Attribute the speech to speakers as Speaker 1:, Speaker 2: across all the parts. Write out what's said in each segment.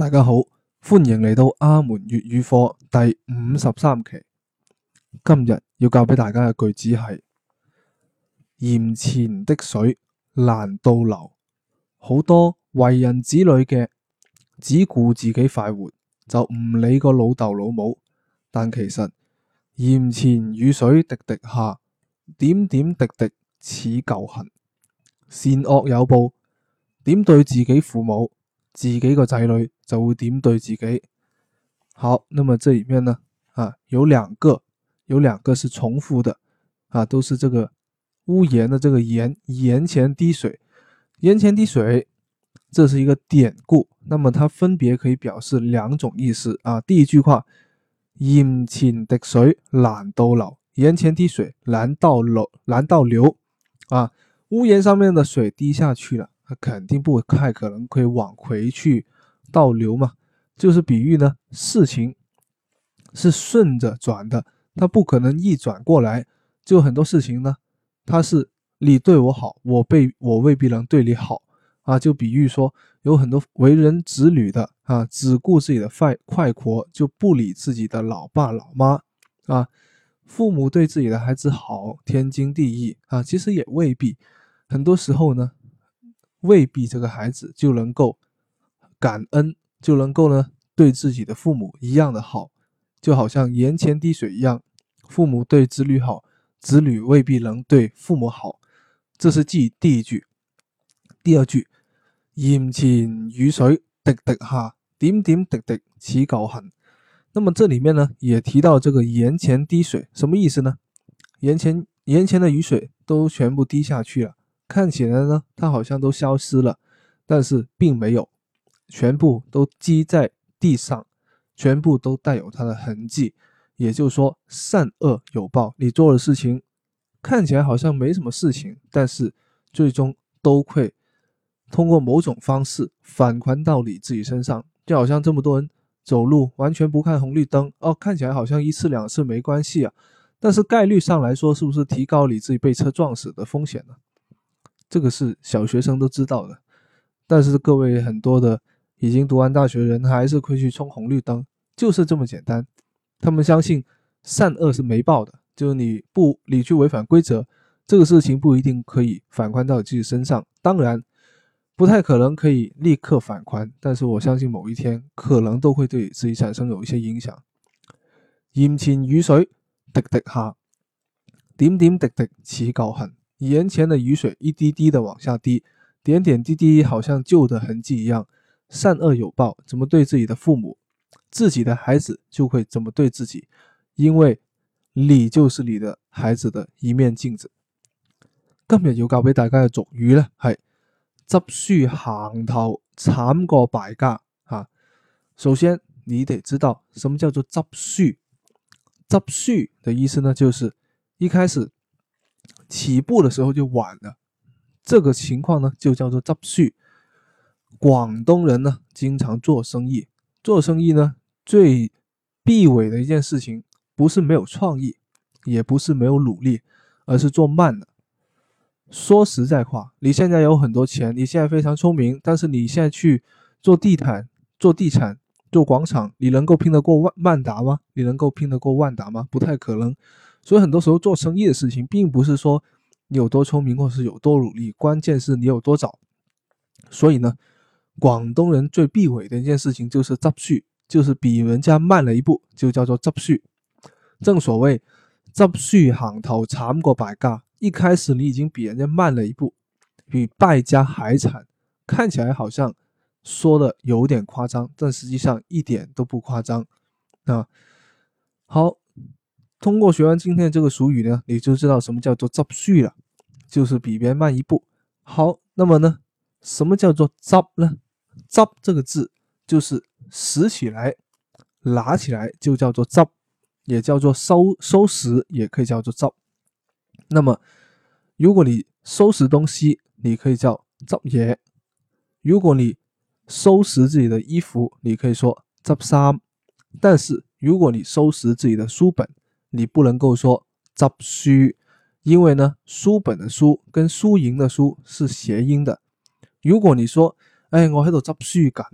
Speaker 1: 大家好，歡迎嚟到阿門粵語課第53期。今日要教俾大家嘅句子係：鹽前的水難倒流。好多為人子女嘅只顧自己快活，就唔理個老豆老母。但其實鹽前雨水滴滴下，點點滴滴似舊痕。善惡有報，點對自己父母，自己個仔女就會點對自己。好，那麼這裏面呢，有兩個是重複的，都是這個屋檐的這個檐，檐前滴水，檐前滴水，這是一個典故。那麼它分別可以表示兩種意思啊。第一句話，鹽前滴水難倒流，檐前滴水難倒流啊。屋檐上面的水滴下去了，它肯定不太可能可以往回去倒流嘛，就是比喻呢，事情是順着轉的，它不可能一轉過來。就很多事情呢，它是你對我好，我未必能對你好啊。就比喻說，有很多為人子女的啊，只顧自己的快活，就不理自己的老爸老媽啊。父母對自己的孩子好，天經地義啊，其實也未必。很多時候呢，未必這個孩子就能夠感恩，就能夠呢對自己的父母一樣的好，就好像鹽前滴水一樣，父母對子女好，子女未必能對父母好。這是第一句。第二句，鹽前雨水滴滴下，點點滴滴似舊痕。那麼這裏面呢也提到這個鹽前滴水，什麼意思呢？鹽前的雨水都全部滴下去了，看起來呢它好像都消失了，但是並沒有，全部都積在地上，全部都帶有它的痕跡。也就是說，善惡有報，你做的事情看起來好像沒什麼事情，但是最終都會通過某種方式反饋到你自己身上。就好像這麼多人走路完全不看紅綠燈，看起來好像一次兩次沒關係啊，但是概率上來說，是不是提高你自己被車撞死的風險呢？這個是小學生都知道的，但是各位很多的已經讀完大學的人還是會去衝紅綠燈，就是這麼簡單。他們相信善惡是沒報的，就是你去違反規則，這個事情不一定可以反饋到你自己身上，當然不太可能可以立刻反饋，但是我相信某一天可能都會對自己產生有一些影響。鹽前雨水滴滴下，點點滴滴似舊痕。鹽前的雨水一滴滴的往下滴，點點滴滴好像舊的痕跡一樣。善惡有報，怎麼對自己的父母，自己的孩子就會怎麼對自己，因為你就是你的孩子的一面鏡子。今日要教俾大家嘅俗語呢，係執輸行頭慘過敗家啊。首先你得知道什麼叫做執輸。執輸的意思呢，就是一開始起步的時候就晚了，這個情況呢就叫做執輸。廣東人呢經常做生意呢最避諱的一件事情，不是沒有創意，也不是沒有努力，而是做慢了。說實在話，你現在有很多錢，你現在非常聰明，但是你現在去做地產、做廣場，你能夠拼得過萬達嗎？你能夠拼得過萬達嗎？不太可能。所以很多時候做生意的事情，並不是說你有多聰明或是有多努力，關鍵是你有多早。所以呢，廣東人最避諱的一件事情就是執輸，就是比人家慢了一步，就叫做執輸。正所謂執輸行頭慘過敗家，一開始你已經比人家慢了一步，比敗家還慘。看起來好像說的有點誇張，但實際上一點都不誇張啊。好，通過學完今天的這個俗語呢，你就知道什麼叫做執輸了，就是比別人慢一步。好，那麼呢，什麼叫做執呢？執這個字就是拾起來、拿起來，就叫做執，也叫做收拾，也可以叫做執。那麼如果你收拾東西，你可以叫執嘢；如果你收拾自己的衣服，你可以說執衫。但是如果你收拾自己的書本，你不能夠說執書，因為呢，書本的書跟輸贏的輸是諧音的。如果你說，我喺度執書緊啊，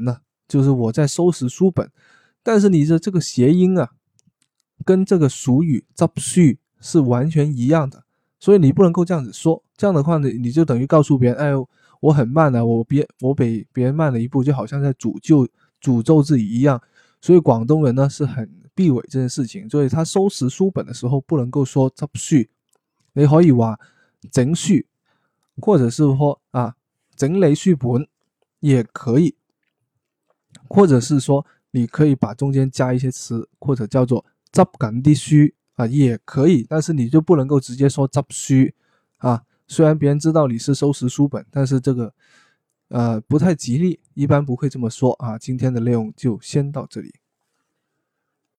Speaker 1: 就是我在收拾书本，但是你的这个谐音啊，跟这个俗语執書是完全一样的，所以你不能够这样子说。这样的话呢，你就等于告诉别人，哎，我很慢啊，我比别人慢了一步，就好像在诅咒自己一样。所以广东人呢是很避讳这件事情，所以他收拾书本的时候不能够说執書，你可以話整書，或者是說整理書本也可以，或者是說你可以把中間加一些詞，或者叫做執緊啲書也可以，但是你就不能夠直接說執書雖然別人知道你是收拾書本，但是這個不太吉利，一般不會這麼說今天的內容就先到這裡。